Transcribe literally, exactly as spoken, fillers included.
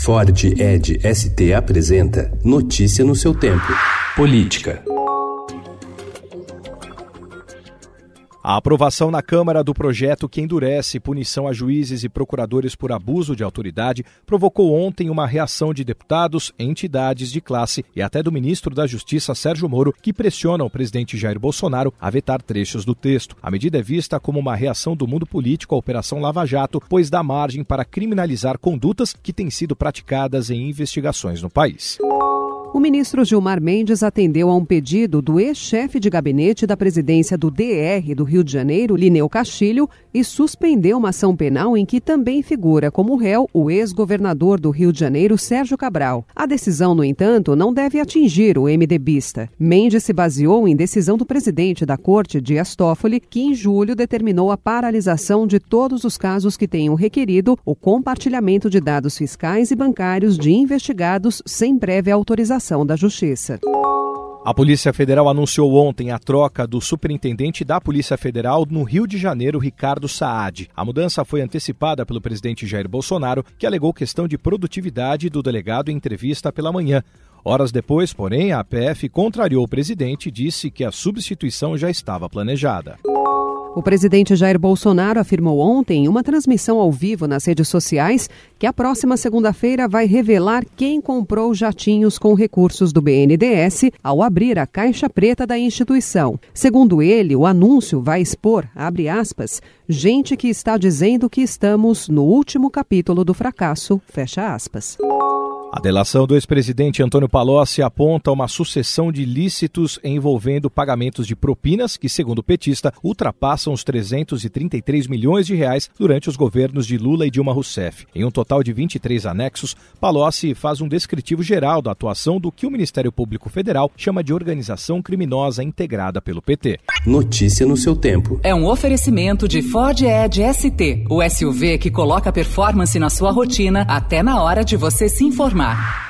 Ford Ed S T apresenta Notícia no seu tempo. Política. A aprovação na Câmara do projeto que endurece punição a juízes e procuradores por abuso de autoridade provocou ontem uma reação de deputados, entidades de classe e até do ministro da Justiça, Sérgio Moro, que pressionam o presidente Jair Bolsonaro a vetar trechos do texto. A medida é vista como uma reação do mundo político à Operação Lava Jato, pois dá margem para criminalizar condutas que têm sido praticadas em investigações no país. O ministro Gilmar Mendes atendeu a um pedido do ex-chefe de gabinete da presidência do D R do Rio de Janeiro, Lineu Castilho, e suspendeu uma ação penal em que também figura como réu o ex-governador do Rio de Janeiro, Sérgio Cabral. A decisão, no entanto, não deve atingir o MDBista. Mendes se baseou em decisão do presidente da Corte, Dias Toffoli, que em julho determinou a paralisação de todos os casos que tenham requerido o compartilhamento de dados fiscais e bancários de investigados sem prévia autorização da Justiça. A Polícia Federal anunciou ontem a troca do superintendente da Polícia Federal no Rio de Janeiro, Ricardo Saad. A mudança foi antecipada pelo presidente Jair Bolsonaro, que alegou questão de produtividade do delegado em entrevista pela manhã. Horas depois, porém, a P F contrariou o presidente e disse que a substituição já estava planejada. O presidente Jair Bolsonaro afirmou ontem em uma transmissão ao vivo nas redes sociais que a próxima segunda-feira vai revelar quem comprou jatinhos com recursos do B N D E S ao abrir a caixa preta da instituição. Segundo ele, o anúncio vai expor, abre aspas, gente que está dizendo que estamos no último capítulo do fracasso, fecha aspas. A delação do ex-presidente Antônio Palocci aponta uma sucessão de ilícitos envolvendo pagamentos de propinas que, segundo o petista, ultrapassam os trezentos e trinta e três milhões de reais durante os governos de Lula e Dilma Rousseff. Em um total de vinte e três anexos, Palocci faz um descritivo geral da atuação do que o Ministério Público Federal chama de organização criminosa integrada pelo P T. Notícia no seu tempo. É um oferecimento de Ford Edge S T, o S U V que coloca performance na sua rotina até na hora de você se informar.